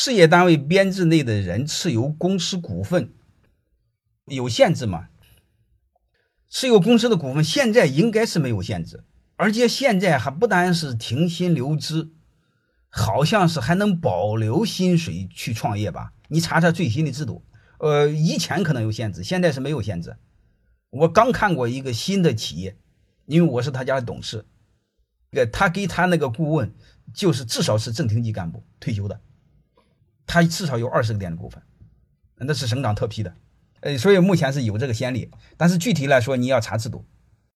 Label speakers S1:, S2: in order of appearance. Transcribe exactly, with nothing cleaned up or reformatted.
S1: 事业单位编制内的人持有公司股份有限制吗？持有公司的股份现在应该是没有限制，而且现在还不单是停薪留职，好像是还能保留薪水去创业吧？你查查最新的制度。呃，以前可能有限制，现在是没有限制。我刚看过一个新的企业，因为我是他家的董事，呃，他给他那个顾问就是至少是正厅级干部退休的，他至少有二十个点的股份，那是省长特批的。呃，所以目前是有这个先例，但是具体来说你要查制度。